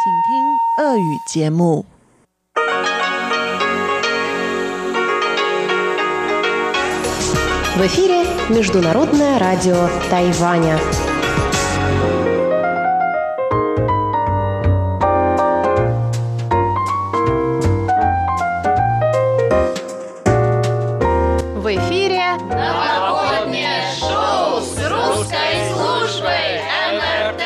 请听俄语节目。 В эфире Международное радио Тайваня. В эфире новогоднее шоу с русской службой МРТ.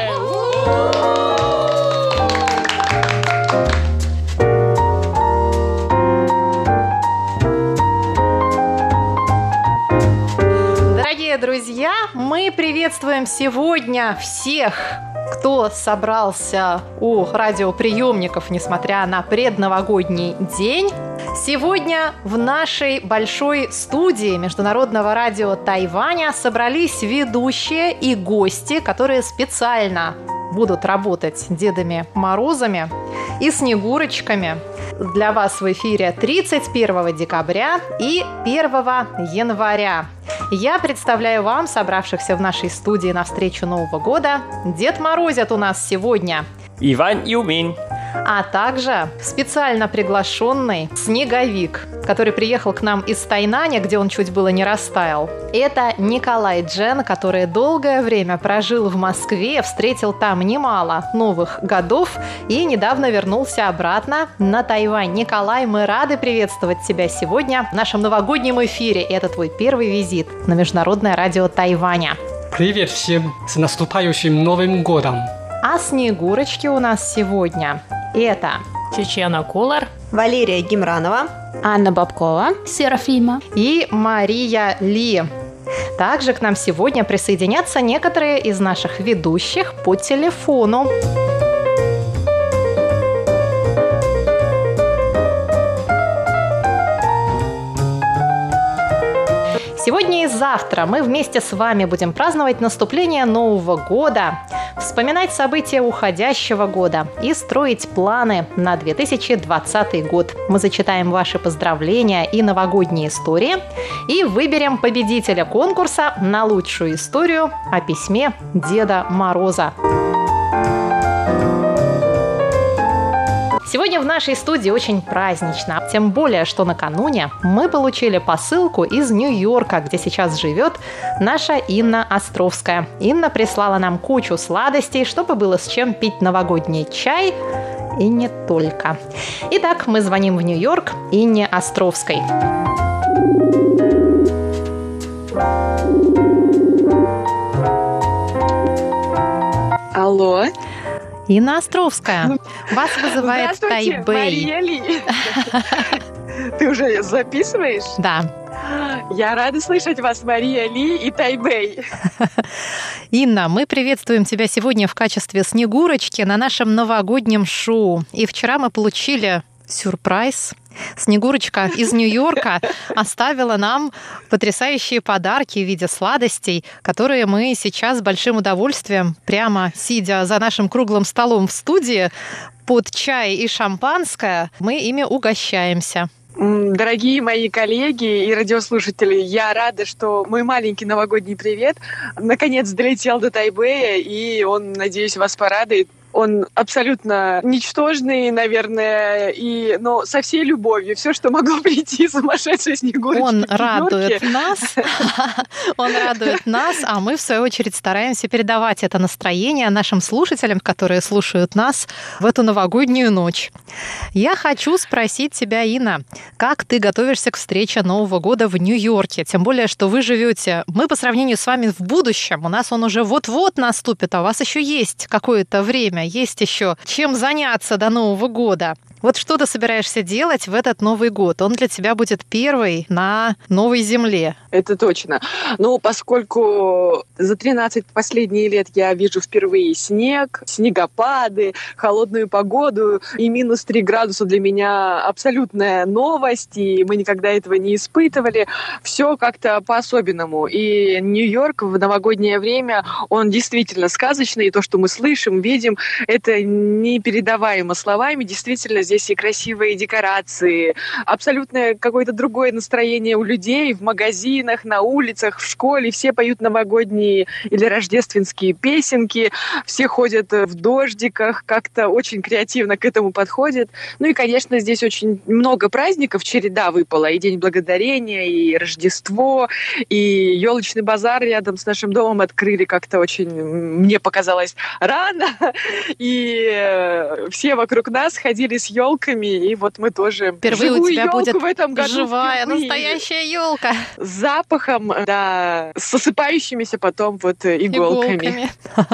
Дорогие друзья, мы приветствуем сегодня всех, кто собрался у радиоприемников, несмотря на предновогодний день. Сегодня в нашей большой студии Международного радио Тайваня собрались ведущие и гости, которые специально будут работать Дедами Морозами и Снегурочками для вас в эфире 31 декабря и 1 января. Я представляю вам, собравшихся в нашей студии на встречу Нового года, Дед Морозят у нас сегодня Иван Юмин, а также специально приглашенный Снеговик, который приехал к нам из Тайнаня, где он чуть было не растаял. Это Николай Джен, который долгое время прожил в Москве, встретил там немало новых годов и недавно вернулся обратно на Тайвань. Николай, мы рады приветствовать тебя сегодня в нашем новогоднем эфире. Это твой первый визит на Международное радио Тайваня. Привет всем! С наступающим Новым годом! А Снегурочки у нас сегодня это Чечена Кулар, Валерия Гимранова, Анна Бабкова, Серафима и Мария Ли. Также к нам сегодня присоединятся некоторые из наших ведущих по телефону. Сегодня и завтра мы вместе с вами будем праздновать наступление Нового года, вспоминать события уходящего года и строить планы на 2020 год. Мы зачитаем ваши поздравления и новогодние истории и выберем победителя конкурса на лучшую историю о письме Деда Мороза. Сегодня в нашей студии очень празднично, тем более, что накануне мы получили посылку из Нью-Йорка, где сейчас живет наша Инна Островская. Инна прислала нам кучу сладостей, чтобы было с чем пить новогодний чай, и не только. Итак, мы звоним в Нью-Йорк Инне Островской. Алло. Инна Островская, вас вызывает Тайбэй. Мария Ли. Ты уже записываешь? Да. Я рада слышать вас, Мария Ли и Тайбэй. Инна, мы приветствуем тебя сегодня в качестве Снегурочки на нашем новогоднем шоу. И вчера мы получили сюрприз. Снегурочка из Нью-Йорка оставила нам потрясающие подарки в виде сладостей, которые мы сейчас с большим удовольствием, прямо сидя за нашим круглым столом в студии, под чай и шампанское, мы ими угощаемся. Дорогие мои коллеги и радиослушатели, я рада, что мой маленький новогодний привет наконец долетел до Тайбэя, и он, надеюсь, вас порадует. Он абсолютно ничтожный, наверное, но со всей любовью. Все, что могло прийти сумасшедшей Снегурочке. Он радует нас. Он радует нас, а мы, в свою очередь, стараемся передавать это настроение нашим слушателям, которые слушают нас в эту новогоднюю ночь. Я хочу спросить тебя, Инна, как ты готовишься к встрече Нового года в Нью-Йорке? Тем более, что вы живете, мы по сравнению с вами в будущем, у нас он уже вот-вот наступит, а у вас еще есть какое-то время, есть еще чем заняться до Нового года. Вот что ты собираешься делать в этот Новый год? Он для тебя будет первый на новой земле. Это точно. Поскольку за 13 последних лет я вижу впервые снег, снегопады, холодную погоду, и минус 3 градуса для меня абсолютная новость, и мы никогда этого не испытывали. Все как-то по-особенному. И Нью-Йорк в новогоднее время, он действительно сказочный, и то, что мы слышим, видим, это непередаваемо словами. Действительно, здесь здесь и красивые декорации, абсолютно какое-то другое настроение у людей в магазинах, на улицах, в школе. Все поют новогодние или рождественские песенки, все ходят в дождиках, как-то очень креативно к этому подходят. Ну и, конечно, здесь очень много праздников, череда выпала. И День Благодарения, и Рождество, и елочный базар рядом с нашим домом открыли как-то очень, мне показалось, рано. И все вокруг нас ходили с елками, и вот мы тоже Впервые у тебя будет в этом году живая, впервые. настоящая елка. С запахом, да, с осыпающимися потом вот иголками.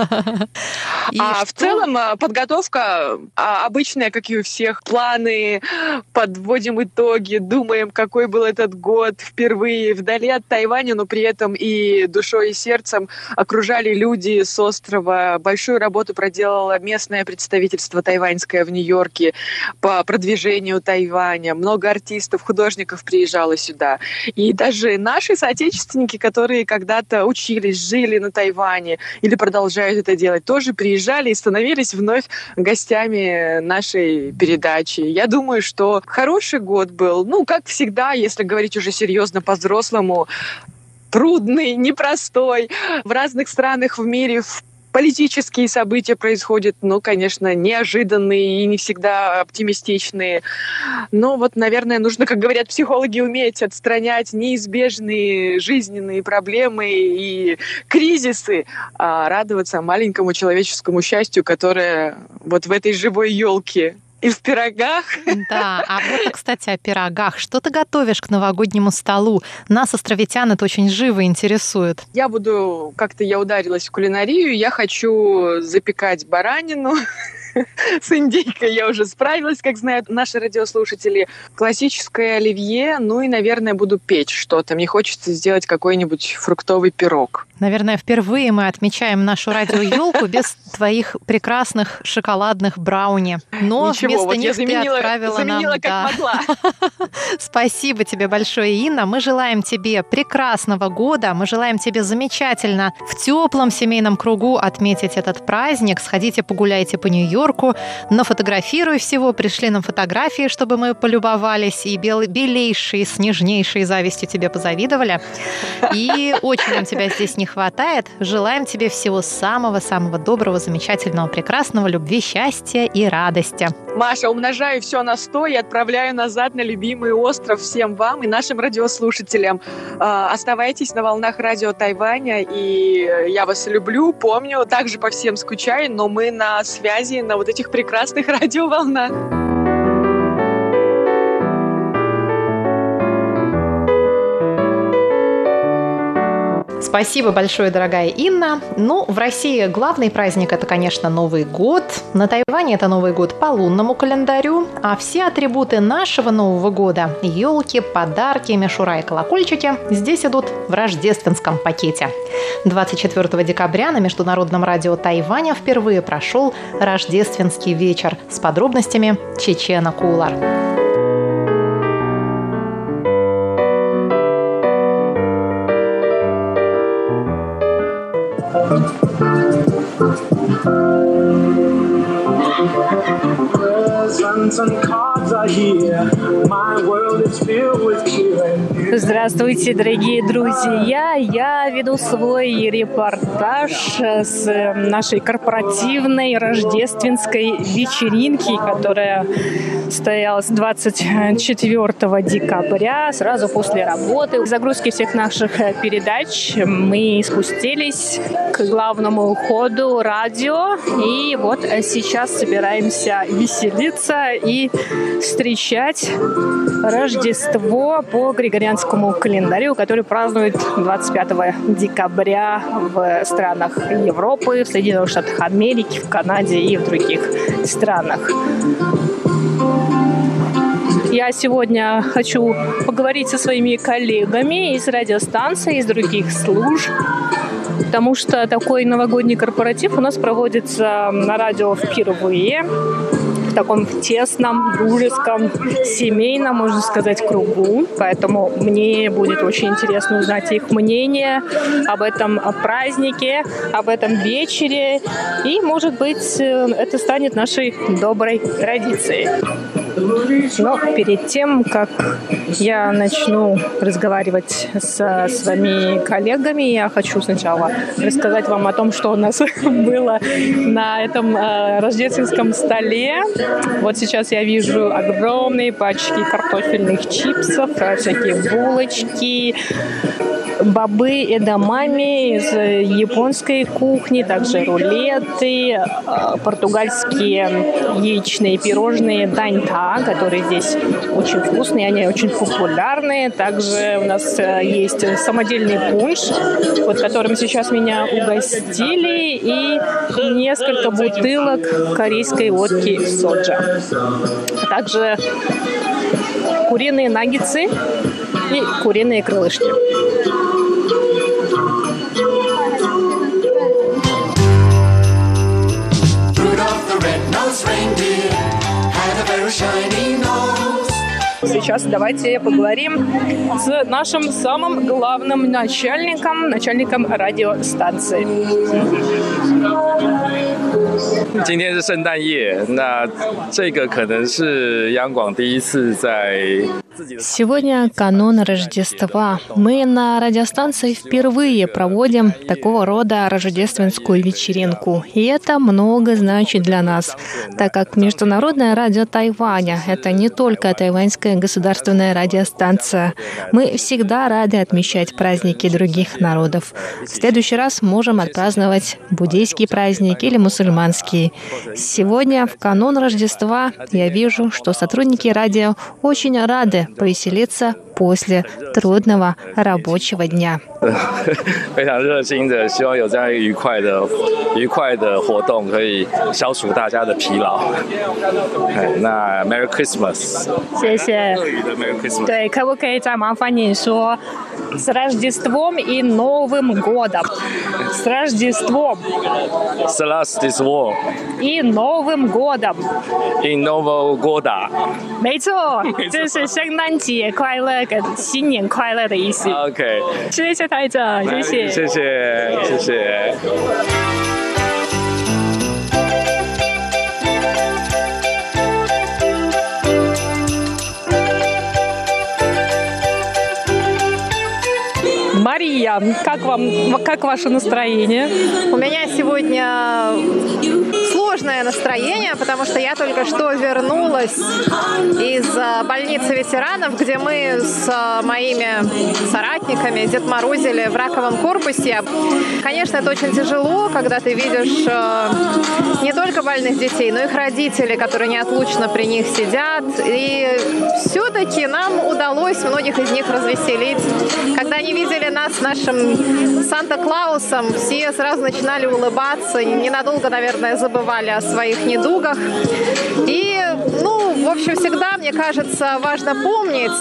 А в целом подготовка обычная, как и у всех. Планы, подводим итоги, думаем, какой был этот год впервые вдали от Тайваня, но при этом и душой, и сердцем окружали люди с острова. Большую работу проделало местное представительство тайваньское в Нью-Йорке по продвижению Тайваня. Много артистов, художников приезжало сюда. И даже наши соотечественники, которые когда-то учились, жили на Тайване или продолжают это делать, тоже приезжали и становились вновь гостями нашей передачи. Я думаю, что хороший год был. Ну, как всегда, если говорить уже серьезно по-взрослому, трудный, непростой. В разных странах в мире политические события происходят, ну, конечно, неожиданные и не всегда оптимистичные. Но вот, наверное, нужно, как говорят психологи, уметь отстранять неизбежные жизненные проблемы и кризисы, а радоваться маленькому человеческому счастью, которое вот в этой живой елке и в пирогах. Да, а вот, кстати, о пирогах. Что ты готовишь к новогоднему столу? Нас, островитян, это очень живо интересует. Я ударилась в кулинарию, я хочу запекать баранину. С индейкой я уже справилась, как знают наши радиослушатели. Классическое оливье, ну и, наверное, буду печь что-то. Мне хочется сделать какой-нибудь фруктовый пирог. Наверное, впервые мы отмечаем нашу радиоелку без твоих прекрасных шоколадных брауни. Но ничего, вместо вот них ты отправила заменила нам... как могла. Спасибо тебе большое, Инна. Мы желаем тебе прекрасного года. Мы желаем тебе замечательно в теплом семейном кругу отметить этот праздник. Сходите, погуляйте по Нью-Йорку, нафотографируй всего, пришли нам фотографии, чтобы мы полюбовались и белейшие, с нежнейшей завистью тебе позавидовали. И очень нам тебя здесь не хватает. Желаем тебе всего самого-самого доброго, замечательного, прекрасного, любви, счастья и радости. Маша, умножаю все на 100 и отправляю назад на любимый остров всем вам и нашим радиослушателям. Оставайтесь на волнах радио Тайваня, и я вас люблю, помню, также по всем скучаю, но мы на связи на вот этих прекрасных радиоволнах. Спасибо большое, дорогая Инна. Ну, в России главный праздник – это, конечно, Новый год. На Тайване это Новый год по лунному календарю. А все атрибуты нашего Нового года – елки, подарки, мишура и колокольчики – здесь идут в рождественском пакете. 24 декабря на Международном радио Тайваня впервые прошел рождественский вечер. С подробностями Чечена Кулар. Здравствуйте, дорогие друзья! Я веду свой репортаж с нашей корпоративной рождественской вечеринки, которая состоялась 24 декабря, сразу после работы. В загрузке всех наших передач мы спустились к главному входу радио, и вот сейчас собираемся веселиться и встречать Рождество по Григорианскому календарю, который празднует 25 декабря в странах Европы, в Соединенных Штатах Америки, в Канаде и в других странах. Я сегодня хочу поговорить со своими коллегами из радиостанций, из других служб, потому что такой новогодний корпоратив у нас проводится на радио впервые, в таком тесном, дружеском, семейном, можно сказать, кругу. Поэтому мне будет очень интересно узнать их мнение об этом празднике, об этом вечере. И, может быть, это станет нашей доброй традицией. Но перед тем, как я начну разговаривать со своими коллегами, я хочу сначала рассказать вам о том, что у нас было на этом рождественском столе. Вот сейчас я вижу огромные пачки картофельных чипсов, всякие булочки, бобы эдамами из японской кухни, также рулеты, португальские яичные пирожные даньта, которые здесь очень вкусные, они очень популярны. Также у нас есть самодельный пунш, вот которым сейчас меня угостили, и несколько бутылок корейской водки соджа. А также куриные наггетсы и куриные крылышки. Сейчас давайте поговорим с нашим самым главным начальником радиостанции. Сегодня 今天是圣诞夜，那这个可能是央广第一次在 Сегодня канун Рождества. Мы на радиостанции впервые проводим такого рода рождественскую вечеринку. И это много значит для нас, так как Международное радио Тайваня — это не только тайваньская государственная радиостанция. Мы всегда рады отмечать праздники других народов. В следующий раз можем отпраздновать буддийский праздник или мусульманский. Сегодня, в канун Рождества, я вижу, что сотрудники радио очень рады повеселиться после трудного рабочего дня. 非常热心的，希望有这样愉快的活动，可以消除大家的疲劳。那 Merry Christmas， 谢谢。 俄语的 Merry Christmas。 对，可不可以再麻烦你说с Рождеством и Новым годом? С Рождеством. С Рождеством. И Новым годом. И Нового года. 没错，这是圣诞节快乐跟新年快乐的意思。 OK， 谢谢台长，谢谢， 谢谢，谢谢。 Мария, как ваше настроение? У меня сегодня сложное настроение, потому что я только что вернулась из больницы ветеранов, где мы с моими соратниками дедморозили в раковом корпусе. Конечно, это очень тяжело, когда ты видишь не только больных детей, но и их родителей, которые неотлучно при них сидят. И все-таки нам удалось многих из них развеселить. Когда они видели нас с нашим Санта-Клаусом, все сразу начинали улыбаться, ненадолго, наверное, забывали о своих недугах. И, в общем, всегда, мне кажется, важно помнить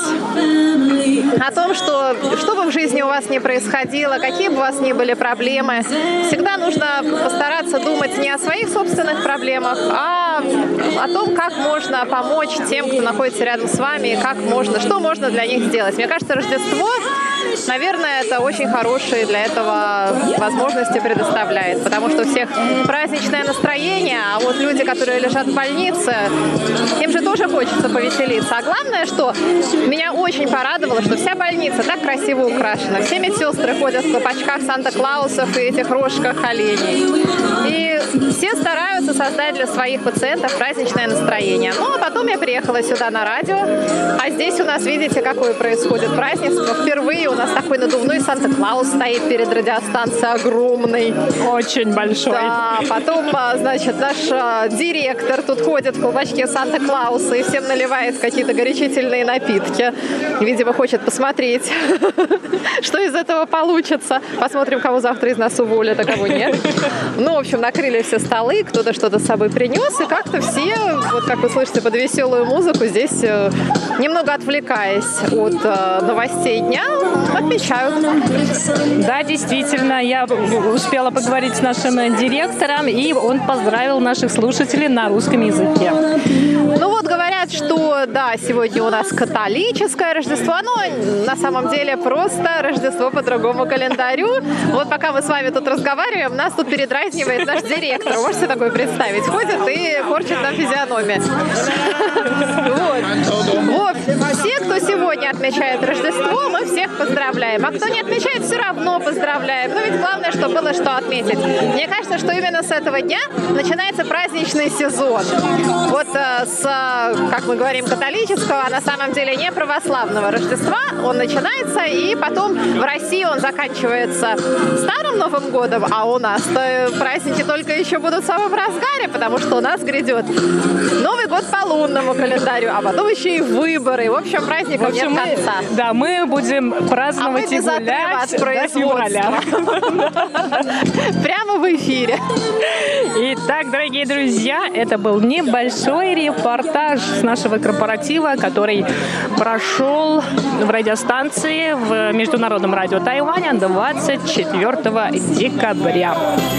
о том, что бы в жизни у вас ни происходило, какие бы у вас ни были проблемы, всегда нужно постараться думать не о своих собственных проблемах, а о том, как можно помочь тем, кто находится рядом с вами, и что можно для них сделать. Мне кажется, Рождество, наверное, это очень хорошие для этого возможности предоставляет, потому что у всех праздничное настроение, а вот люди, которые лежат в больнице, им же тоже хочется повеселиться. А главное, что меня очень порадовало, что вся больница так красиво украшена. Все медсестры ходят в колпачках Санта-Клаусов и этих рожках оленей. И все стараются создать для своих пациентов праздничное настроение. Ну, а потом я приехала сюда на радио, а здесь у нас, видите, какое происходит празднество. Впервые у нас такой надувной Санта-Клаус стоит перед радиостанцией, огромный. Очень большой. Да, потом, значит, наш директор тут ходит в колпачке Санта-Клауса и всем наливает какие-то горячительные напитки. Видимо, хочет посмотреть, что из этого получится. Посмотрим, кого завтра из нас уволят, а кого нет. Ну, в общем, накрыли все столы, кто-то что-то с собой принес, и как-то все, вот как вы слышите, под веселую музыку здесь, немного отвлекаясь от новостей дня, отмечают. Да, действительно, я успела поговорить с нашим директором, и он поздравил наших слушателей на русском языке. Ну вот, говорят, говорят, что да, сегодня у нас католическое Рождество, но на самом деле просто Рождество по другому календарю. Вот пока мы с вами тут разговариваем, нас тут передразнивает наш директор. Можете такое представить? Ходит и корчит нам физиономию. Вот. Все, кто сегодня отмечает Рождество, мы всех поздравляем. А кто не отмечает, все равно поздравляем. Но ведь главное, что было что отметить. Мне кажется, что именно с этого дня начинается праздничный сезон. Вот с, как мы говорим, католического, а на самом деле не православного Рождества он начинается, и потом в России он заканчивается Старым Новым годом, а у нас-то праздники только еще будут в самом разгаре, потому что у нас грядет Новый год по лунному календарю, а потом еще и выборы. В общем, праздников нет конца. Да, мы будем праздновать и гулять до февраля. Прямо в эфире. Итак, дорогие друзья, это был небольшой репортаж с нашего корпоратива, который прошел в радиостанции в Международном радио Тайваня 24 декабря.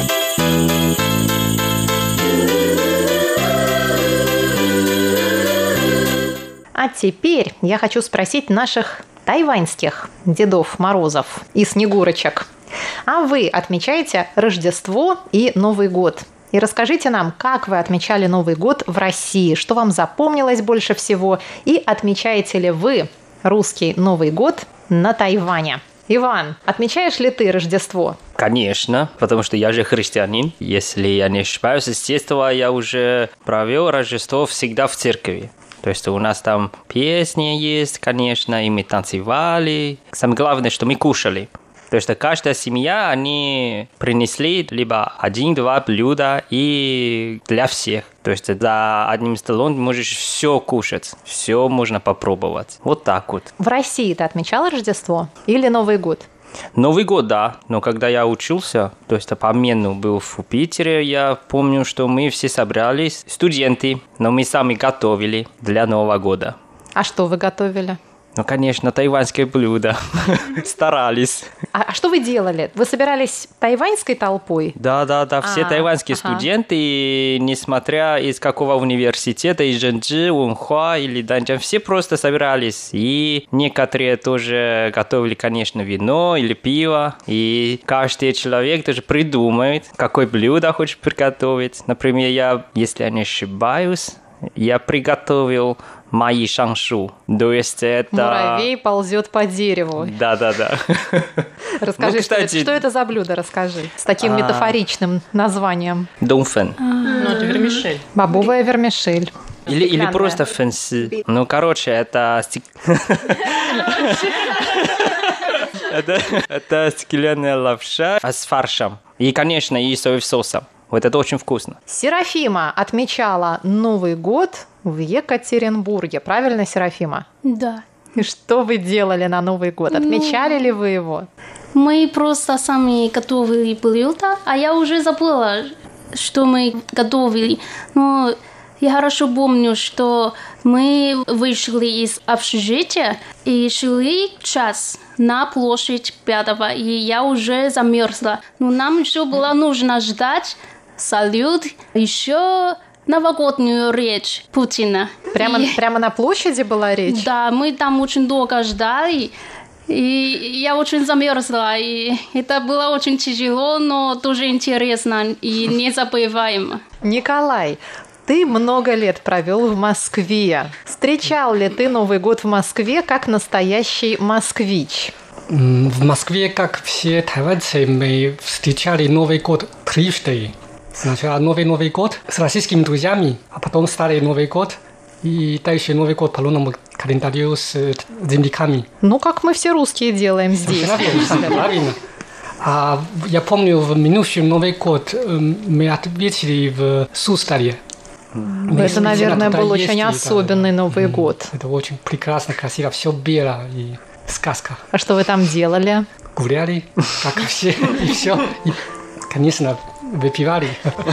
А теперь я хочу спросить наших тайваньских Дедов Морозов и Снегурочек. А вы отмечаете Рождество и Новый год? И расскажите нам, как вы отмечали Новый год в России, что вам запомнилось больше всего, и отмечаете ли вы русский Новый год на Тайване? Иван, отмечаешь ли ты Рождество? Конечно, потому что я же христианин. Если я не ошибаюсь, с детства я уже провел Рождество всегда в церкви. То есть у нас там песни есть, конечно, и мы танцевали. Самое главное, что мы кушали. То есть каждая семья, они принесли либо 1-2 блюда и для всех. То есть за одним столом можешь все кушать, все можно попробовать. Вот так вот. В России ты отмечал Рождество или Новый год? Новый год, да. Но когда я учился, то есть по обмену был в Питере, я помню, что мы все собрались, студенты, но мы сами готовили для Нового года. А что вы готовили? Ну, конечно, тайваньское блюдо. Старались. А что вы делали? Вы собирались тайваньской толпой? Да. Все тайваньские студенты, несмотря из какого университета, из Жэньчжи, Унхуа или Данчжан, все просто собирались. И некоторые тоже готовили, конечно, вино или пиво. И каждый человек тоже придумает, какое блюдо хочет приготовить. Например, я, если я не ошибаюсь, я приготовил маи шаншу. То есть это... Муравей ползет по дереву. Да. Расскажи, ну, кстати, что это за блюдо, расскажи. С таким метафоричным названием. Дунфэн. Ну, это вермишель. Бобовая вермишель. Или просто фэнси. Ну, короче, это... Это стеклянная лапша с фаршем. И, конечно, и соевым соусом. Вот это очень вкусно. Серафима отмечала Новый год в Екатеринбурге. Правильно, Серафима? Да. И что вы делали на Новый год? Отмечали ли вы его? Мы просто сами готовили блюда, а я уже забыла, что мы готовили. Но я хорошо помню, что мы вышли из общежития и шли час на площадь 5-го, и я уже замерзла. Но нам еще было нужно ждать салют, еще новогоднюю речь Путина. Прямо на площади была речь? Да, мы там очень долго ждали, и я очень замерзла, и это было очень тяжело, но тоже интересно и незабываемо. Николай, ты много лет провел в Москве. Встречал ли ты Новый год в Москве как настоящий москвич? В Москве, как все тайваньцы, мы встречали Новый год трижды. Сначала Новый год с российскими друзьями, а потом Старый Новый год и дальше Новый год по лунному календарю с земляками. Ну, как мы все русские делаем здесь. Правильно. А я помню, в минувший Новый год мы ответили в Суздале. Это, наверное, был очень особенный Новый год. Это очень прекрасно, красиво, все бело и сказка. А что вы там делали? Гуляли, как все, и все. И, конечно, выпивали.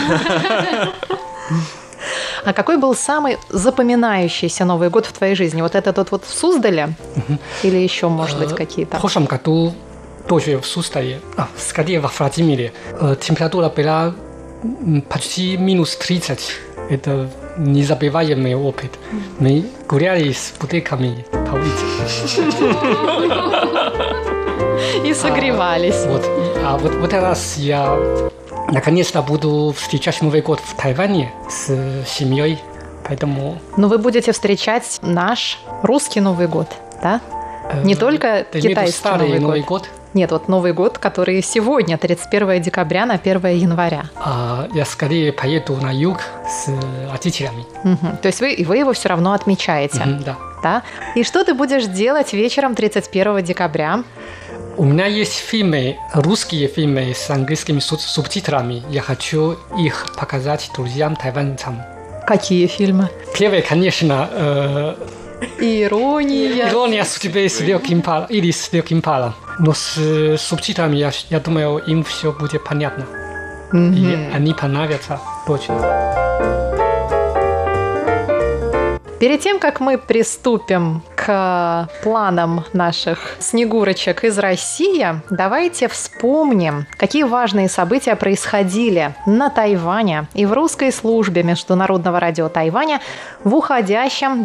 А какой был самый запоминающийся Новый год в твоей жизни? Вот этот вот в Суздале? Или еще, может быть, какие-то? В прошлом году тоже в Суздале, скорее во Владимире, температура была почти минус 30. Это незабываемый опыт. Мы гуляли с бутылками по улице. И согревались. Вот в этот раз я наконец-то буду встречать Новый год в Тайване с семьей, поэтому... Но вы будете встречать наш русский Новый год, да? Не только китайский Новый год. Нет, вот Новый год, который сегодня, 31 декабря на 1 января. Я скорее поеду на юг с родителями. То есть вы его все равно отмечаете? Да. И что ты будешь делать вечером 31 декабря? У меня есть фильмы, русские фильмы с английскими субтитрами. Я хочу их показать друзьям тайваньцам. Какие фильмы? Первый, конечно, Ирония судьбы с легким паром. Но с субтитрами, я думаю, им все будет понятно. И они понравятся точно. Перед тем, как мы приступим к планам наших снегурочек из России, давайте вспомним, какие важные события происходили на Тайване и в русской службе Международного радио Тайваня в уходящем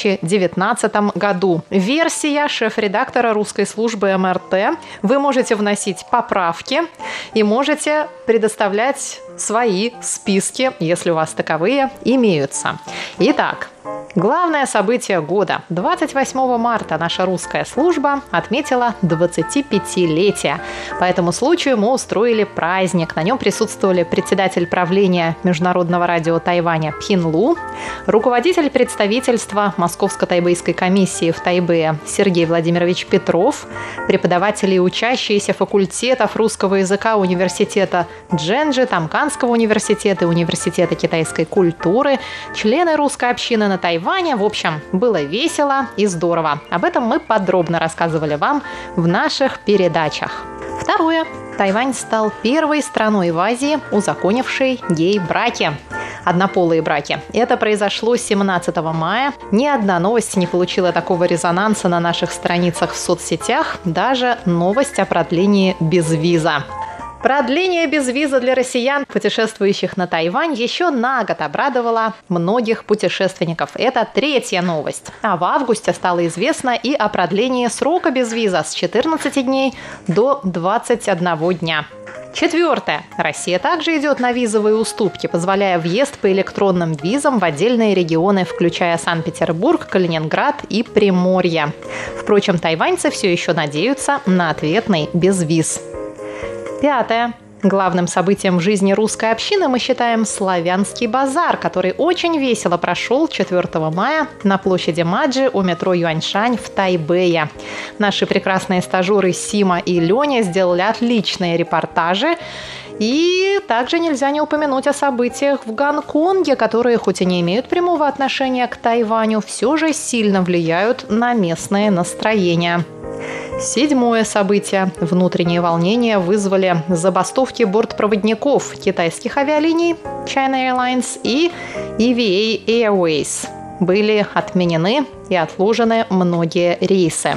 2019 году. Версия шеф-редактора русской службы МРТ. Вы можете вносить поправки и можете предоставлять свои списки, если у вас таковые имеются. Итак, главное событие года. 28 марта наша русская служба отметила 25-летие. По этому случаю мы устроили праздник. На нем присутствовали председатель правления Международного радио Тайваня Пхин Лу, руководитель представительства Московско-Тайбэйской комиссии в Тайбэе Сергей Владимирович Петров, преподаватели и учащиеся факультетов русского языка университета Джэнджи, Тамканского университета и университета китайской культуры, члены русской общины на Тайване. В общем, было весело и здорово. Об этом мы подробно рассказывали вам в наших передачах. Второе. Тайвань стал первой страной в Азии, узаконившей гей-браки. Однополые браки. Это произошло 17 мая. Ни одна новость не получила такого резонанса на наших страницах в соцсетях, даже новость о продлении безвиза. Продление безвиза для россиян, путешествующих на Тайвань, еще на год обрадовало многих путешественников. Это третья новость. А в августе стало известно и о продлении срока безвиза с 14 дней до 21 дня. Четвертое. Россия также идет на визовые уступки, позволяя въезд по электронным визам в отдельные регионы, включая Санкт-Петербург, Калининград и Приморье. Впрочем, тайваньцы все еще надеются на ответный безвиз. Пятое. Главным событием в жизни русской общины мы считаем славянский базар, который очень весело прошел 4 мая на площади Маджи у метро Юаньшань в Тайбэе. Наши прекрасные стажеры Сима и Леня сделали отличные репортажи. И также нельзя не упомянуть о событиях в Гонконге, которые хоть и не имеют прямого отношения к Тайваню, все же сильно влияют на местное настроение. Седьмое событие. Внутренние волнения вызвали забастовки бортпроводников китайских авиалиний China Airlines и EVA Airways. Были отменены и отложены многие рейсы.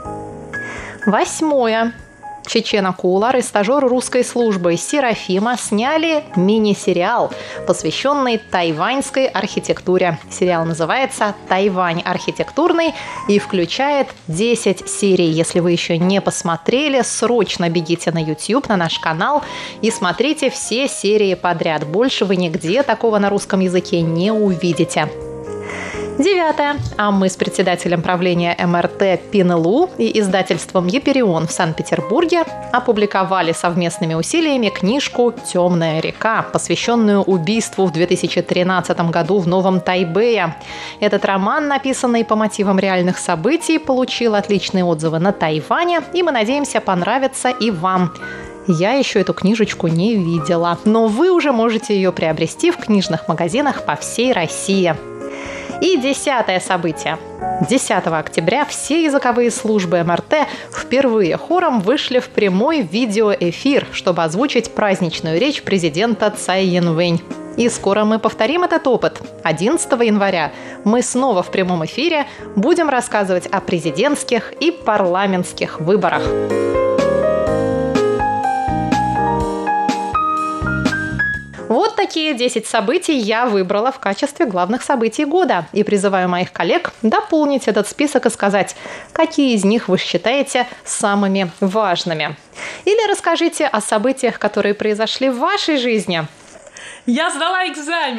Восьмое. Чечена Куулар и стажер русской службы Серафима сняли мини-сериал, посвященный тайваньской архитектуре. Сериал называется «Тайвань архитектурный» и включает 10 серий. Если вы еще не посмотрели, срочно бегите на YouTube, на наш канал и смотрите все серии подряд. Больше вы нигде такого на русском языке не увидите. Девятое. А мы с председателем правления МРТ Пин Лу и издательством «Еперион» в Санкт-Петербурге опубликовали совместными усилиями книжку «Темная река», посвященную убийству в 2013 году в Новом Тайбэе. Этот роман, написанный по мотивам реальных событий, получил отличные отзывы на Тайване, и мы надеемся, понравится и вам. Я еще эту книжечку не видела, но вы уже можете ее приобрести в книжных магазинах по всей России. И 10-е событие. 10 октября все языковые службы МРТ впервые хором вышли в прямой видеоэфир, чтобы озвучить праздничную речь президента Цай Янвэнь. И скоро мы повторим этот опыт. 11 января мы снова в прямом эфире будем рассказывать о президентских и парламентских выборах. Вот Вот такие 10 событий я выбрала в качестве главных событий года. И призываю моих коллег дополнить этот список и сказать, какие из них вы считаете самыми важными. Или расскажите о событиях, которые произошли в вашей жизни. Я сдала экзамен.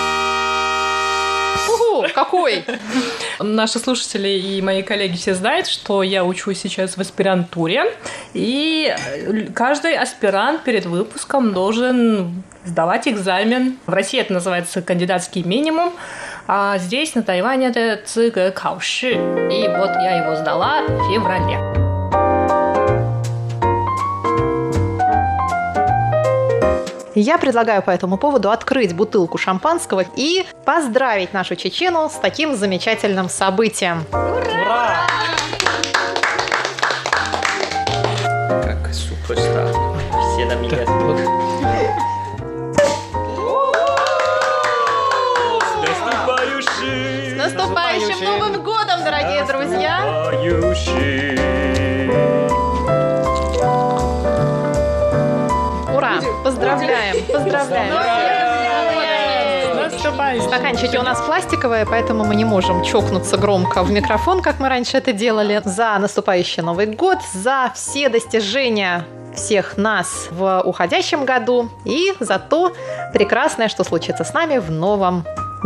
Ого, какой? Наши слушатели и мои коллеги все знают, что я учусь сейчас в аспирантуре, и каждый аспирант перед выпуском должен сдавать экзамен. В России это называется кандидатский минимум, а здесь, на Тайване, это 资格考试. И вот я его сдала в феврале. Я предлагаю по этому поводу открыть бутылку шампанского и поздравить нашу Чечену с таким замечательным событием. Ура! Как суперстар. Все на меня смотрят. С наступающим Новым годом, дорогие друзья! Ура! Поздравляем! Поздравляем! Стаканчики у нас пластиковые, поэтому мы не можем чокнуться громко в микрофон, как мы раньше это делали. За наступающий Новый год, за все достижения всех нас в уходящем году и за то прекрасное, что случится с нами в новом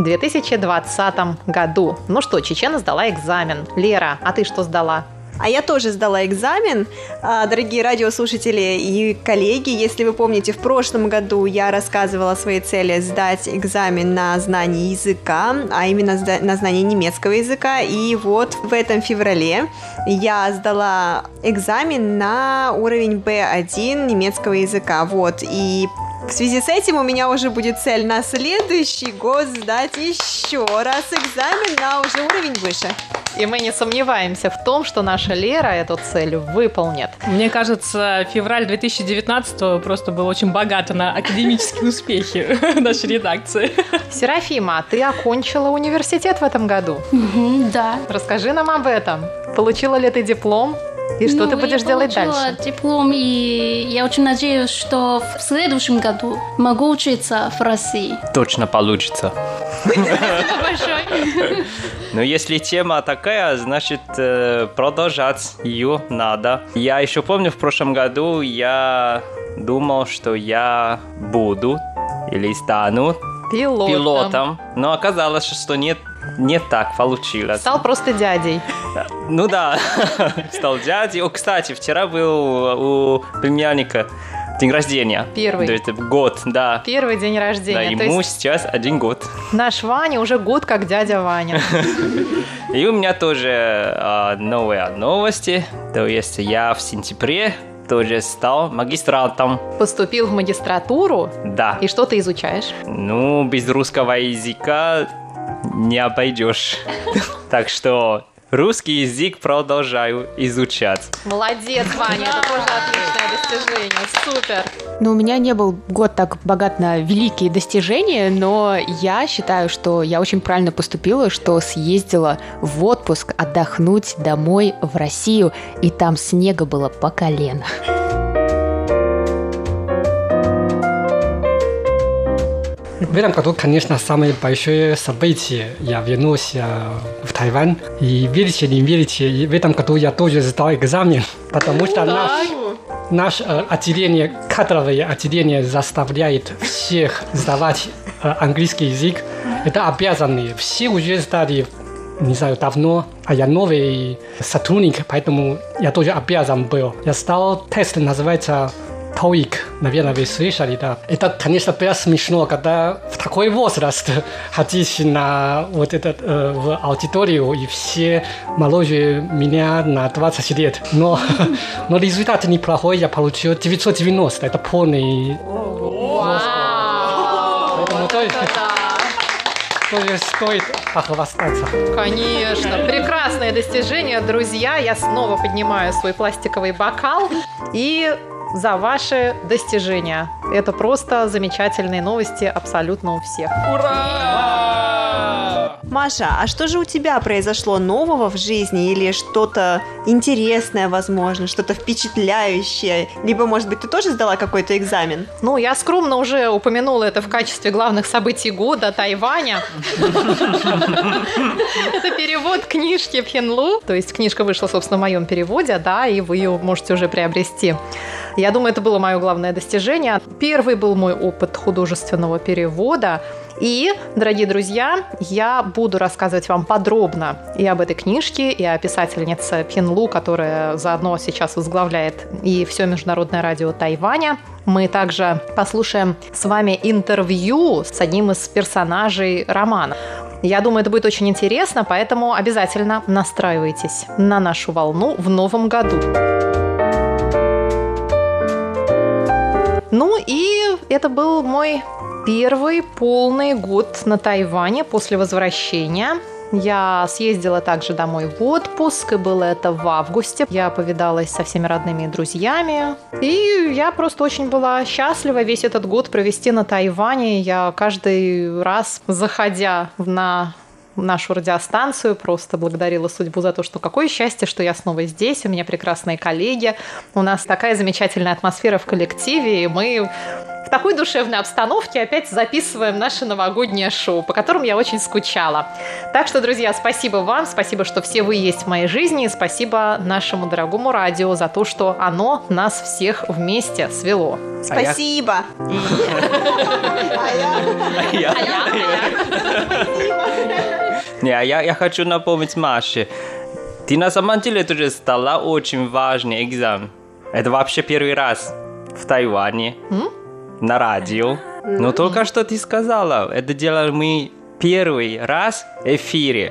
2020 году. Ну что, Чечена сдала экзамен. Лера, а ты что сдала? А я тоже сдала экзамен. Дорогие радиослушатели и коллеги, если вы помните, в прошлом году я рассказывала о своей цели сдать экзамен на знание языка, а именно на знание немецкого языка. И вот в этом феврале я сдала экзамен на уровень B1 немецкого языка. Вот, и в связи с этим у меня уже будет цель на следующий год сдать еще раз экзамен на уже уровень выше. И мы не сомневаемся в том, что наша Лера эту цель выполнит. Мне кажется, февраль 2019 просто был очень богат на академические успехи нашей редакции. Серафима, ты окончила университет в этом году? Да. Расскажи нам об этом. Получила ли ты диплом? И что ты будешь делать дальше? Я получила диплом, и я очень надеюсь, что в следующем году могу учиться в России. Точно получится. Спасибо большое. Но если тема такая, значит, продолжать ее надо. Я еще помню, в прошлом году я думал, что я буду или стану пилотом. Но оказалось, что не так получилось. Стал просто дядей. Ну да, стал дядей. О, кстати, вчера был у племянника день рождения. Первый. Это год, да. Первый день рождения. Да, ему сейчас 1 год. Наш Ваня уже год как дядя Ваня. И у меня тоже новые новости. То есть я в сентябре тоже стал магистрантом. Поступил в магистратуру? Да. И что ты изучаешь? Ну, без русского языка не обойдешь. Так что русский язык продолжаю изучать. Молодец, Ваня, это тоже отличное достижение, супер. Ну, у меня не был год так богат на великие достижения, но я считаю, что я очень правильно поступила, что съездила в отпуск отдохнуть домой в Россию, и там снега было по колено. В этом году, конечно, самое большое событие. Я вернулся в Тайвань. И верите, не верите, в этом году я тоже сдал экзамен, потому что наше отделение, кадровое отделение заставляет всех сдавать английский язык. Это обязаны. Все уже сдали, не знаю, давно, а я новый сотрудник, поэтому я тоже обязан был. Я сдал тест, называется TOEIC, наверное, вы слышали, да. Это, конечно, было смешно, когда в такой возраст ходишь на вот этот в аудиторию, и все моложе меня на 20 лет. Но результат неплохой, я получил 990, это полный возраст. Поэтому тоже стоит похвастаться. Конечно, прекрасное достижение, друзья. Я снова поднимаю свой пластиковый бокал и за ваши достижения. Это просто замечательные новости абсолютно у всех. Ура! Маша, а что же у тебя произошло нового в жизни? Или что-то интересное, возможно, что-то впечатляющее? Либо, может быть, ты тоже сдала какой-то экзамен? Ну, я скромно уже упомянула это в качестве главных событий года Тайваня. Это перевод книжки Пхенлу. То есть книжка вышла, собственно, в моем переводе, да, и вы ее можете уже приобрести. Я думаю, это было мое главное достижение. Первый был мой опыт художественного перевода. И, дорогие друзья, я буду рассказывать вам подробно и об этой книжке, и о писательнице Пхенлу, которая заодно сейчас возглавляет и все международное радио Тайваня. Мы также послушаем с вами интервью с одним из персонажей романа. Я думаю, это будет очень интересно, поэтому обязательно настраивайтесь на нашу волну в новом году. Ну и это был мой первый полный год на Тайване после возвращения. Я съездила также домой в отпуск, и было это в августе. Я повидалась со всеми родными и друзьями. И я просто очень была счастлива весь этот год провести на Тайване. Я каждый раз, заходя на нашу радиостанцию, просто благодарила судьбу за то, что какое счастье, что я снова здесь, у меня прекрасные коллеги, у нас такая замечательная атмосфера в коллективе, и мы в такой душевной обстановке опять записываем наше новогоднее шоу, по которому я очень скучала. Так что, друзья, спасибо вам, спасибо, что все вы есть в моей жизни, и спасибо нашему дорогому радио за то, что оно нас всех вместе свело. Спасибо! Я хочу напомнить Маше, ты на самом деле тоже стала очень важный экзамен. Это вообще первый раз в Тайване. На радио. Но только что ты сказала, это делали мы первый раз в эфире.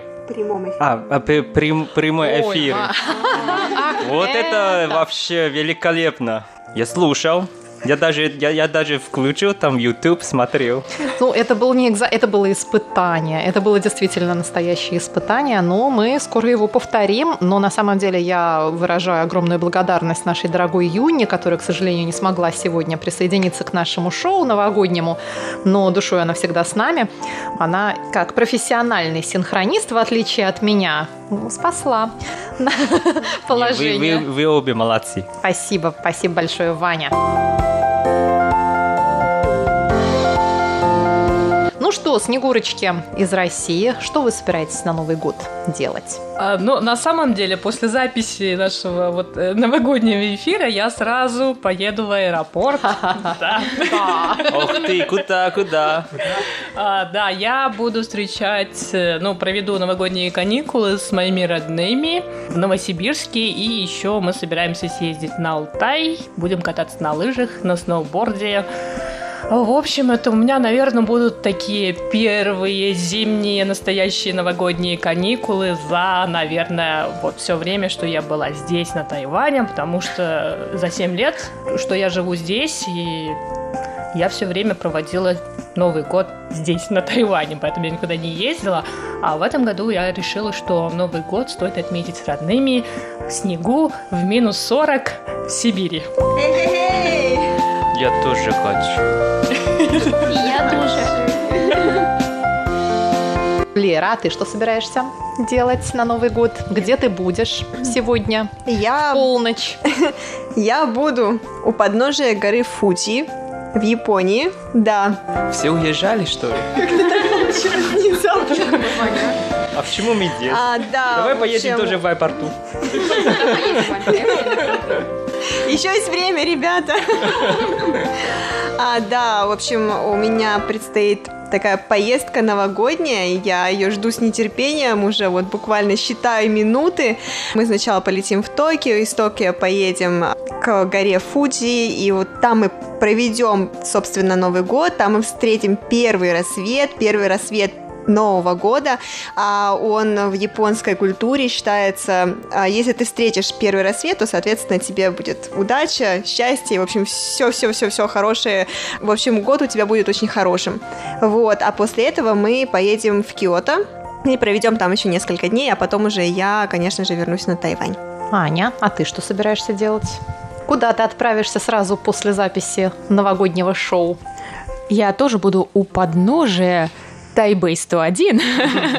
Прямой эфир. Вот это вообще великолепно. Я слушал. Я даже включил, там YouTube смотрел. Ну, это был не экзамен, это было испытание. Это было действительно настоящее испытание, но мы скоро его повторим. Но на самом деле я выражаю огромную благодарность нашей дорогой Юне, которая, к сожалению, не смогла сегодня присоединиться к нашему шоу новогоднему, но душой она всегда с нами. Она, как профессиональный синхронист, в отличие от меня, спасла положение. Вы обе молодцы. Спасибо большое, Ваня. Ну что, Снегурочки из России, что вы собираетесь на Новый год делать? Ну, на самом деле, после записи нашего новогоднего эфира я сразу поеду в аэропорт. Ох ты, куда? Да, я буду встречать, проведу новогодние каникулы с моими родными в Новосибирске, и еще мы собираемся съездить на Алтай, будем кататься на лыжах, на сноуборде. В общем, это у меня, наверное, будут такие первые зимние настоящие новогодние каникулы за, наверное, все время, что я была здесь, на Тайване, потому что за 7 лет, что я живу здесь, и я все время проводила Новый год здесь, на Тайване, поэтому я никуда не ездила. А в этом году я решила, что Новый год стоит отметить с родными в снегу в минус 40 в Сибири. Я тоже хочу. И я тоже. Лера, а ты что собираешься делать на Новый год? Где ты будешь сегодня? В полночь. Я буду у подножия горы Фудзи в Японии. Да. Все уезжали, что ли? Как ты так получилось внезапно? А почему мы здесь? Да, давай поедем тоже в аэропорту. Еще есть время, ребята. Да, в общем, у меня предстоит такая поездка новогодняя. Я ее жду с нетерпением, уже буквально считаю минуты. Мы сначала полетим в Токио, из Токио поедем к горе Фудзи, и там мы проведем, собственно, Новый год, там мы встретим первый рассвет Нового года. Он в японской культуре считается, если ты встретишь первый рассвет, то, соответственно, тебе будет удача, счастье, в общем, все хорошее. В общем, год у тебя будет очень хорошим. А после этого мы поедем в Киото и проведем там еще несколько дней, а потом уже я, конечно же, вернусь на Тайвань. Аня, а ты что собираешься делать? Куда ты отправишься сразу после записи новогоднего шоу? Я тоже буду у подножия Тайбэй 101.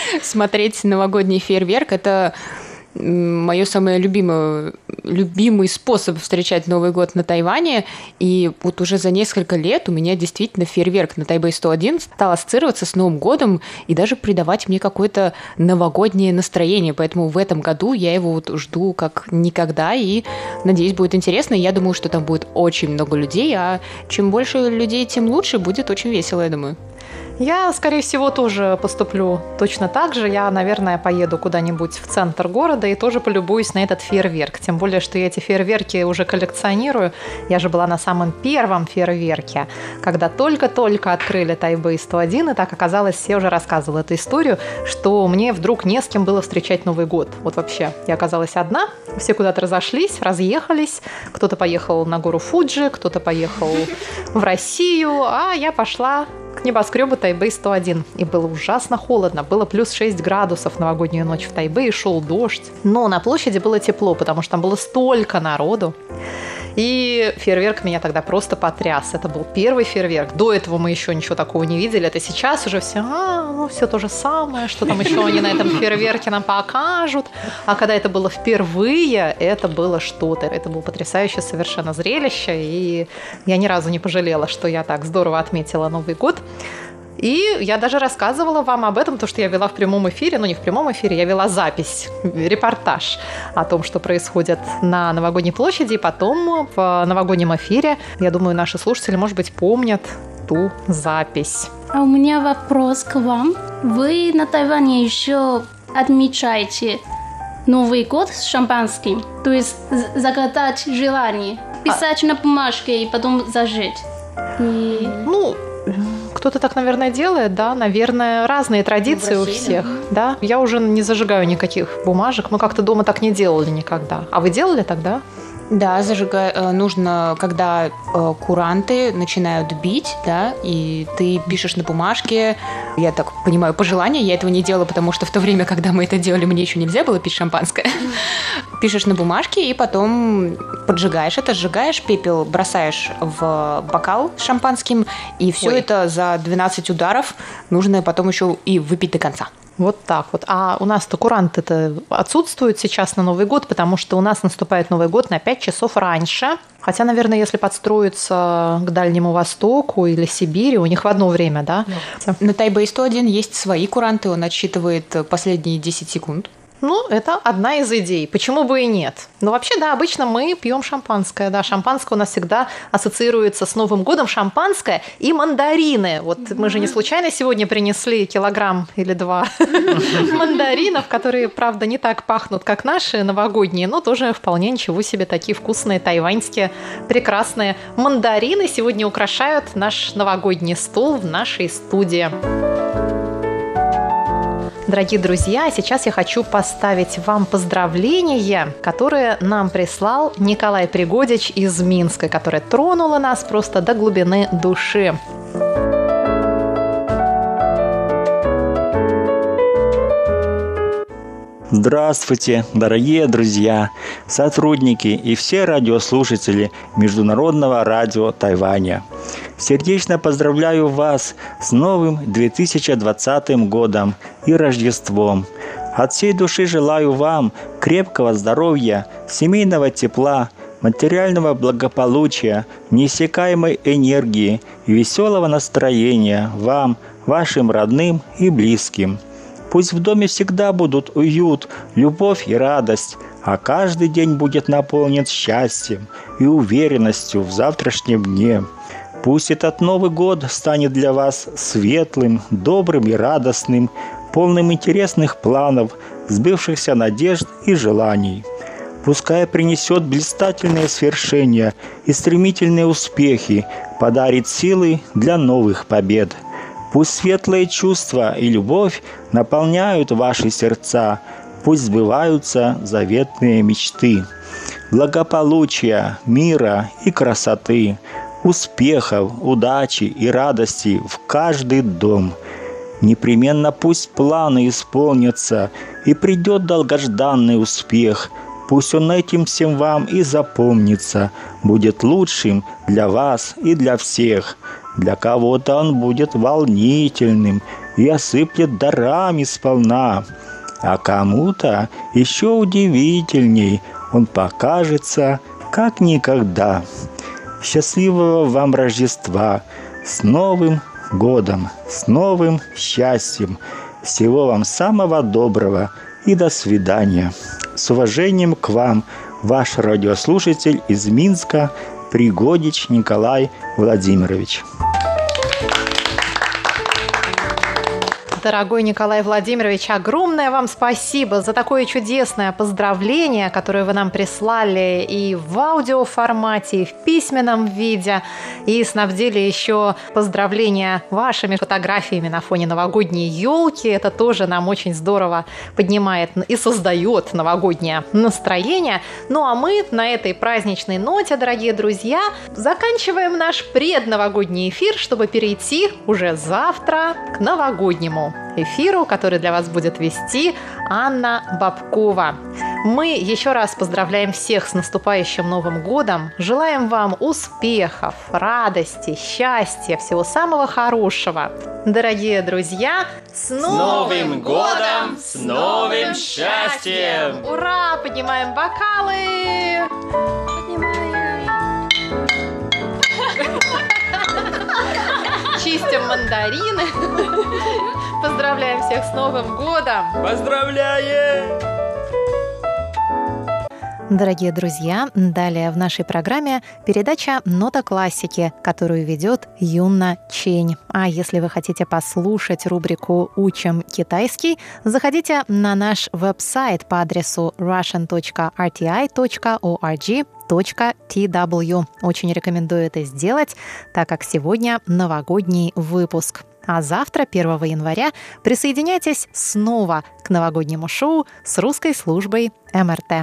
Смотреть новогодний фейерверк – это мое самое любимый способ встречать Новый год на Тайване. И вот уже за несколько лет у меня действительно фейерверк на Тайбэй-101 стал ассоциироваться с Новым годом и даже придавать мне какое-то новогоднее настроение. Поэтому в этом году я его вот жду как никогда и надеюсь, будет интересно. Я думаю, что там будет очень много людей, а чем больше людей, тем лучше. Будет очень весело, я думаю. Я, скорее всего, тоже поступлю точно так же. Я, наверное, поеду куда-нибудь в центр города и тоже полюбуюсь на этот фейерверк. Тем более, что я эти фейерверки уже коллекционирую. Я же была на самом первом фейерверке, когда только-только открыли Тайбэй-101. И так оказалось, я уже рассказывала эту историю, что мне вдруг не с кем было встречать Новый год. Вот вообще. Я оказалась одна, все куда-то разошлись, разъехались. Кто-то поехал на гору Фуджи, кто-то поехал в Россию, а я пошла к небоскребу Тайбэй-101. И было ужасно холодно. Было плюс 6 градусов в новогоднюю ночь в Тайбэе, шел дождь. Но на площади было тепло, потому что там было столько народу. И фейерверк меня тогда просто потряс. Это был первый фейерверк. До этого мы еще ничего такого не видели. Это сейчас уже все, все то же самое, что там еще они на этом фейерверке нам покажут. А когда это было впервые, это было что-то. Это было потрясающее совершенно зрелище. И я ни разу не пожалела, что я так здорово отметила Новый год. И я даже рассказывала вам об этом, то, что я вела в прямом эфире, не в прямом эфире, я вела запись, репортаж о том, что происходит на Новогодней площади, и потом в новогоднем эфире, я думаю, наши слушатели, может быть, помнят ту запись. А у меня вопрос к вам. Вы на Тайване еще отмечаете Новый год с шампанским? То есть загадать желание, писать на бумажке и потом зажечь? Кто-то так, наверное, делает, да, наверное, разные традиции у всех, да. Я уже не зажигаю никаких бумажек, мы как-то дома так не делали никогда. А вы делали тогда? Да, нужно, когда куранты начинают бить, да, и ты пишешь на бумажке, я так понимаю, пожелания, я этого не делала, потому что в то время, когда мы это делали, мне еще нельзя было пить шампанское. Пишешь на бумажке и потом поджигаешь это, сжигаешь, пепел бросаешь в бокал с шампанским, и все это за 12 ударов нужно потом еще и выпить до конца. Вот так вот. А у нас-то куранты-то отсутствуют сейчас на Новый год, потому что у нас наступает Новый год на 5 часов раньше. Хотя, наверное, если подстроиться к Дальнему Востоку или Сибири, у них в одно время, да? На Тайбэй-101 есть свои куранты, он отсчитывает последние 10 секунд. Это одна из идей. Почему бы и нет? Но вообще, да, обычно мы пьем шампанское. Да, шампанское у нас всегда ассоциируется с Новым годом. Шампанское и мандарины. Вот мы же не случайно сегодня принесли килограмм или 2 мандаринов, которые, правда, не так пахнут, как наши новогодние, но тоже вполне ничего себе такие вкусные тайваньские прекрасные мандарины сегодня украшают наш новогодний стол в нашей студии. Дорогие друзья, сейчас я хочу поставить вам поздравление, которое нам прислал Николай Пригодич из Минска, которое тронуло нас просто до глубины души. Здравствуйте, дорогие друзья, сотрудники и все радиослушатели Международного радио Тайваня. Сердечно поздравляю вас с новым 2020 годом и Рождеством. От всей души желаю вам крепкого здоровья, семейного тепла, материального благополучия, неиссякаемой энергии и веселого настроения вам, вашим родным и близким. Пусть в доме всегда будут уют, любовь и радость, а каждый день будет наполнен счастьем и уверенностью в завтрашнем дне. Пусть этот Новый год станет для вас светлым, добрым и радостным, полным интересных планов, сбывшихся надежд и желаний. Пускай принесет блистательные свершения и стремительные успехи, подарит силы для новых побед. Пусть светлые чувства и любовь наполняют ваши сердца, пусть сбываются заветные мечты. Благополучия, мира и красоты, успехов, удачи и радости в каждый дом. Непременно пусть планы исполнятся и придет долгожданный успех. Пусть он этим всем вам и запомнится, будет лучшим для вас и для всех. Для кого-то он будет волнительным, и осыплет дарами сполна. А кому-то еще удивительней он покажется, как никогда. Счастливого вам Рождества! С Новым годом! С новым счастьем! Всего вам самого доброго и до свидания! С уважением к вам, ваш радиослушатель из Минска, Пригодич Николай Владимирович. Дорогой Николай Владимирович, огромное вам спасибо за такое чудесное поздравление, которое вы нам прислали и в аудиоформате, и в письменном виде, и снабдили еще поздравления вашими фотографиями на фоне новогодней елки. Это тоже нам очень здорово поднимает и создает новогоднее настроение. Ну а мы на этой праздничной ноте, дорогие друзья, заканчиваем наш предновогодний эфир, чтобы перейти уже завтра к новогоднему эфиру, который для вас будет вести Анна Бабкова. Мы еще раз поздравляем всех с наступающим Новым годом, желаем вам успехов, радости, счастья, всего самого хорошего. Дорогие друзья, с Новым годом, с новым счастьем! Ура! Поднимаем бокалы! Чистим мандарины. Поздравляем всех с Новым годом! Поздравляем! Дорогие друзья, далее в нашей программе передача «Нота классики», которую ведет Юнна Чень. А если вы хотите послушать рубрику «Учим китайский», заходите на наш веб-сайт по адресу russian.rti.org.tw. Очень рекомендую это сделать, так как сегодня новогодний выпуск. А завтра, 1 января, присоединяйтесь снова к новогоднему шоу с русской службой МРТ.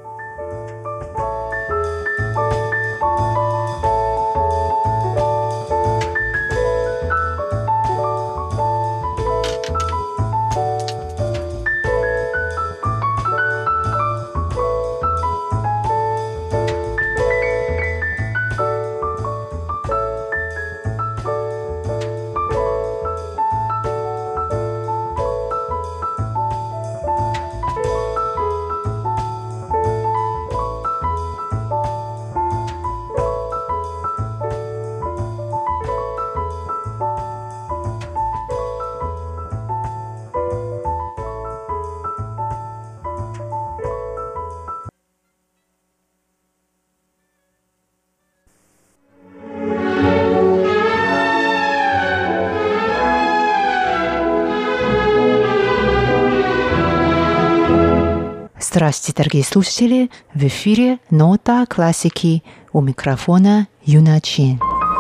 Здравствуйте, дорогие слушатели! В эфире «Нота классики», у микрофона Юна Чень.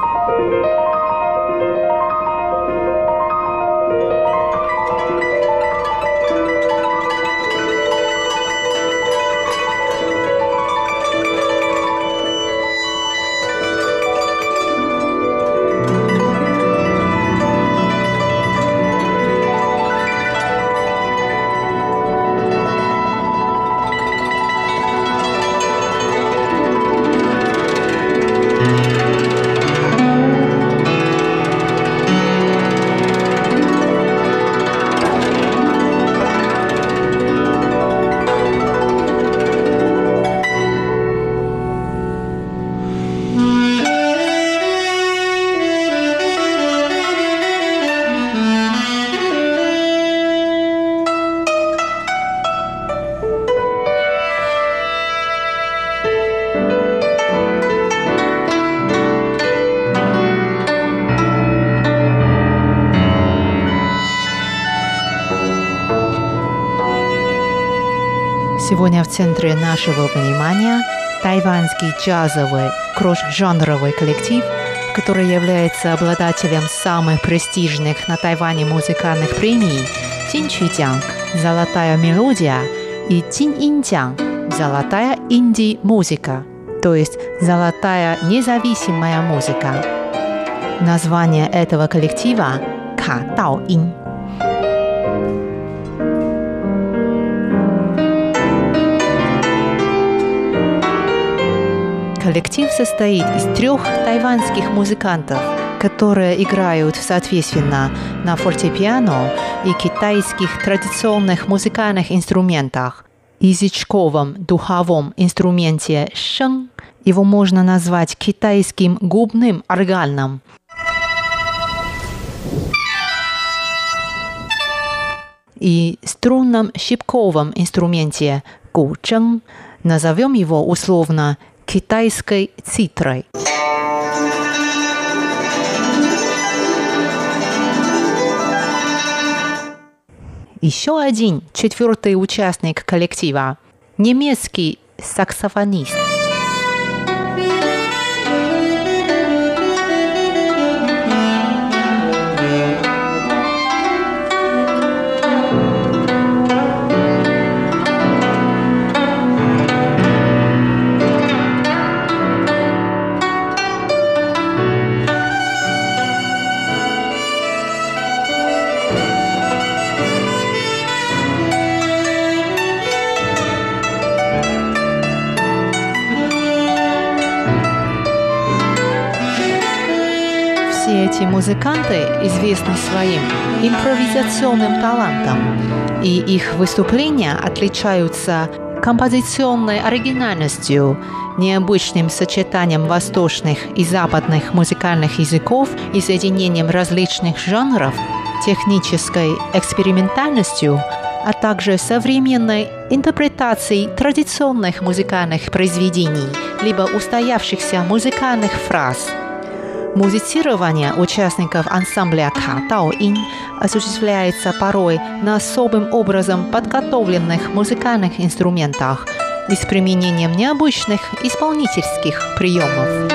Сегодня в центре нашего внимания тайваньский джазовый кросс-жанровый коллектив, который является обладателем самых престижных на Тайване музыкальных премий Цин Чжиджянг «Золотая мелодия» и Цин Инджянг «Золотая инди-музыка», то есть «Золотая независимая музыка». Название этого коллектива – Ка Дао Ин. Коллектив состоит из 3 тайваньских музыкантов, которые играют соответственно на фортепиано и китайских традиционных музыкальных инструментах. Язычковом духовом инструменте шэн его можно назвать китайским губным органом. И струнном щипковом инструменте гучэн назовем его условно китайской цитрой. Еще один четвертый участник коллектива – немецкий саксофонист. Эти музыканты известны своим импровизационным талантом, и их выступления отличаются композиционной оригинальностью, необычным сочетанием восточных и западных музыкальных языков и соединением различных жанров, технической экспериментальностью, а также современной интерпретацией традиционных музыкальных произведений либо устоявшихся музыкальных фраз. Музицирование участников ансамбля Ка-Дао-Ин осуществляется порой на особым образом подготовленных музыкальных инструментах и с применением необычных исполнительских приемов.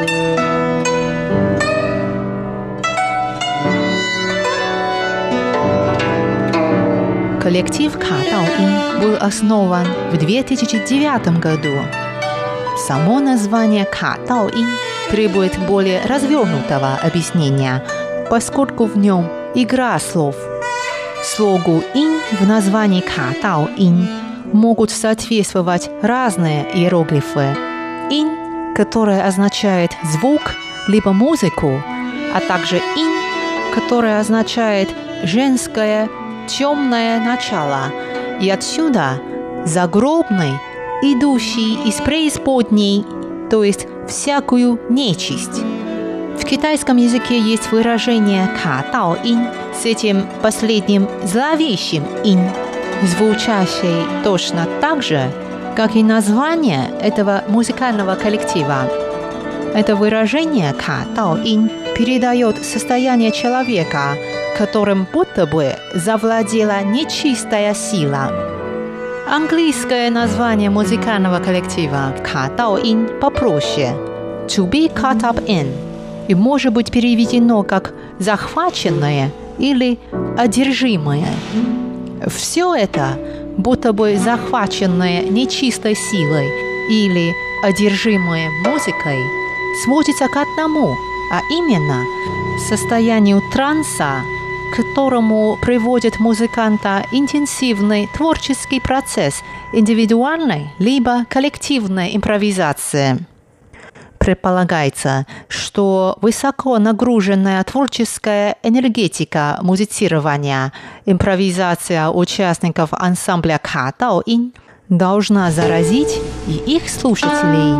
Коллектив Ка-Дао-Ин был основан в 2009 году. Само название Ка-Дао-Ин требует более развернутого объяснения, поскольку в нем игра слов. Слогу «ин» в названии Ка-Дао-Ин могут соответствовать разные иероглифы. «Ин», которое означает «звук» либо «музыку», а также «ин», которое означает «женское», «темное начало», и отсюда «загробный», идущий из преисподней, то есть всякую нечисть. В китайском языке есть выражение «ка-дао-ин» с этим последним зловещим «ин», звучащее точно так же, как и название этого музыкального коллектива. Это выражение «ка-дао-ин» передает состояние человека, которым будто бы завладела нечистая сила. Английское название музыкального коллектива Ка-Дао-Ин попроще – «to be caught up in» и может быть переведено как «захваченное» или «одержимое». Все это, будто бы захваченное нечистой силой или одержимое музыкой, сводится к одному, а именно состоянию транса, к которому приводит музыканта интенсивный творческий процесс индивидуальной либо коллективной импровизации. Предполагается, что высоко нагруженная творческая энергетика музицирования, импровизация участников ансамбля Ка-Дао-Ин должна заразить и их слушателей.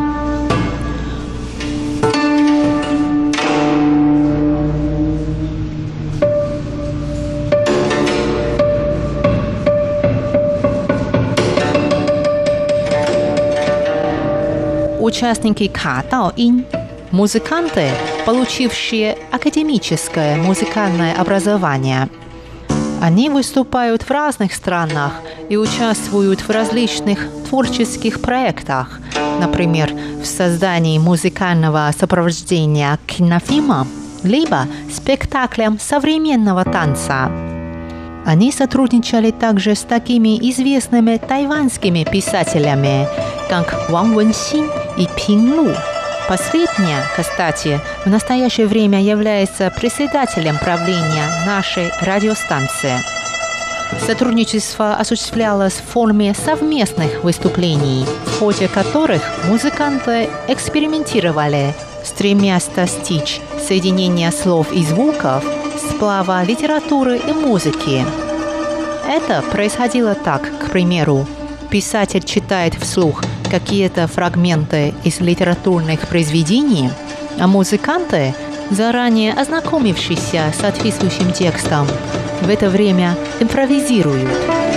Участники Ка-Дао-Ин – музыканты, получившие академическое музыкальное образование. Они выступают в разных странах и участвуют в различных творческих проектах, например, в создании музыкального сопровождения к кинофильмам, либо спектаклям современного танца. Они сотрудничали также с такими известными тайваньскими писателями, как Ван Вэньсин и Пин Лу. Последняя, кстати, в настоящее время является председателем правления нашей радиостанции. Сотрудничество осуществлялось в форме совместных выступлений, в ходе которых музыканты экспериментировали стремясь достичь соединения слов и звуков, сплава литературы и музыки. Это происходило так, к примеру. Писатель читает вслух какие-то фрагменты из литературных произведений, а музыканты, заранее ознакомившиеся с соответствующим текстом, в это время импровизируют.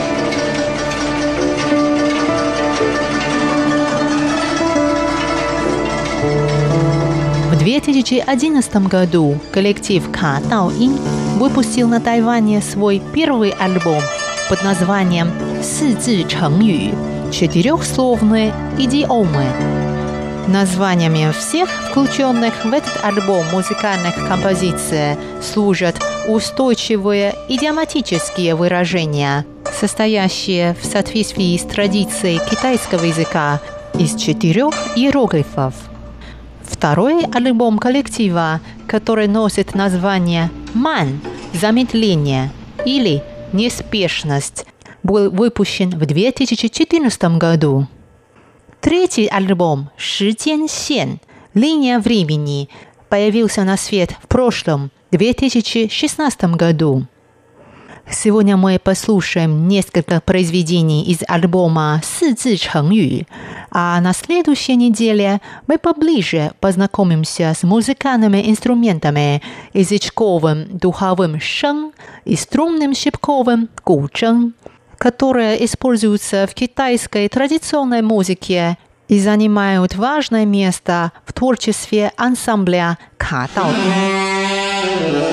В 2011 году коллектив Ка Дао Ин выпустил на Тайване свой первый альбом под названием «Си Цзи Чэнг Ю» – четырехсловные идиомы. Названиями всех включенных в этот альбом музыкальных композиций служат устойчивые идиоматические выражения, состоящие в соответствии с традицией китайского языка из 4 иероглифов. Второй альбом коллектива, который носит название «Ман» – «Замедление» или «Неспешность», был выпущен в 2014 году. Третий альбом «Ши Jian Xian» – «Линия времени» появился на свет в прошлом, 2016 году. Сегодня мы послушаем несколько произведений из альбома «Си Цзи Чэнг Ю», а на следующей неделе мы поближе познакомимся с музыкальными инструментами, язычковым духовым шэн и струнным щипковым гучэн, которые используются в китайской традиционной музыке и занимают важное место в творчестве ансамбля Ка Дао Ин.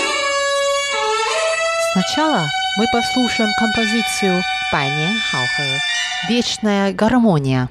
Сначала мы послушаем композицию «Байниан Хаохэ» – «Вечная гармония».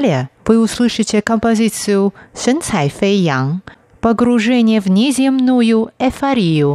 Далее вы услышите композицию «神采飞扬» «Погружение в неземную эйфорию».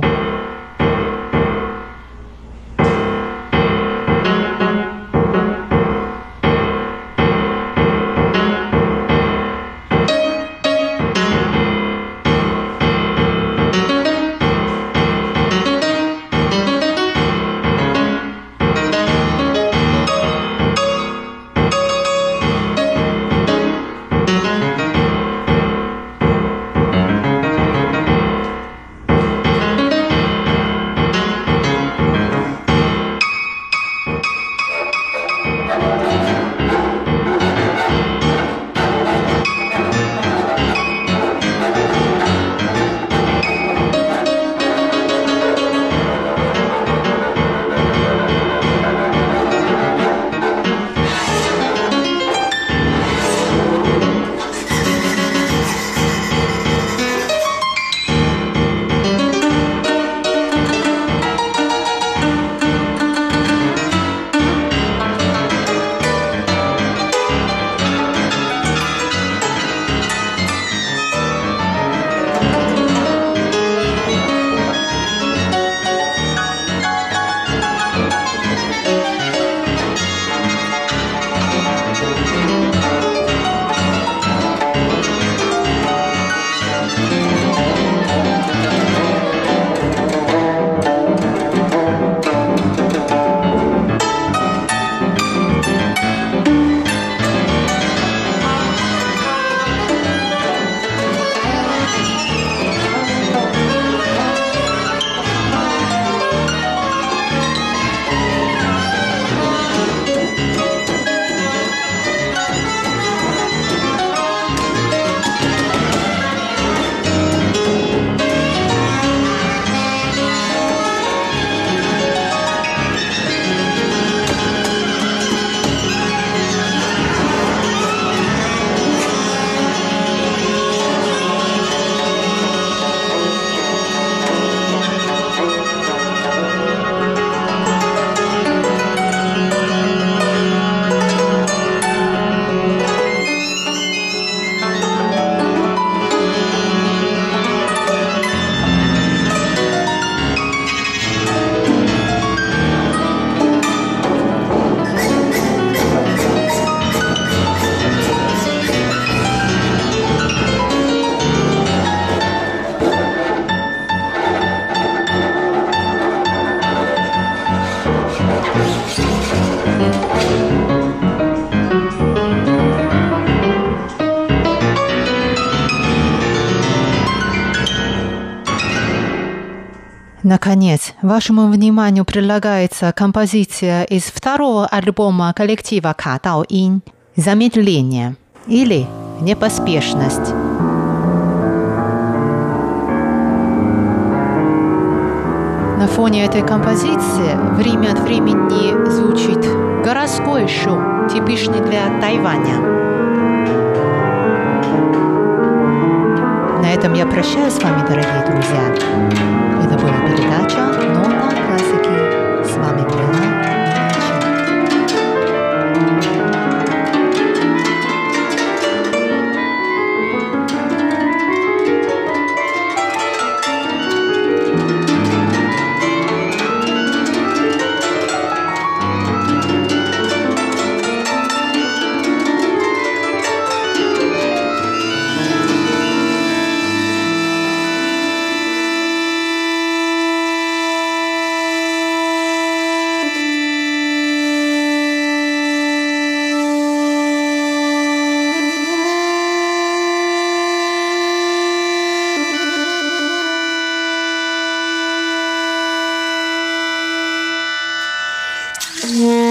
Наконец, вашему вниманию предлагается композиция из второго альбома коллектива Ка Дао Ин «Замедление» или «Непоспешность». На фоне этой композиции время от времени звучит городской шум, типичный для Тайваня. На этом я прощаюсь с вами, дорогие друзья. Это была передача «Нота классики». С вами была Yeah.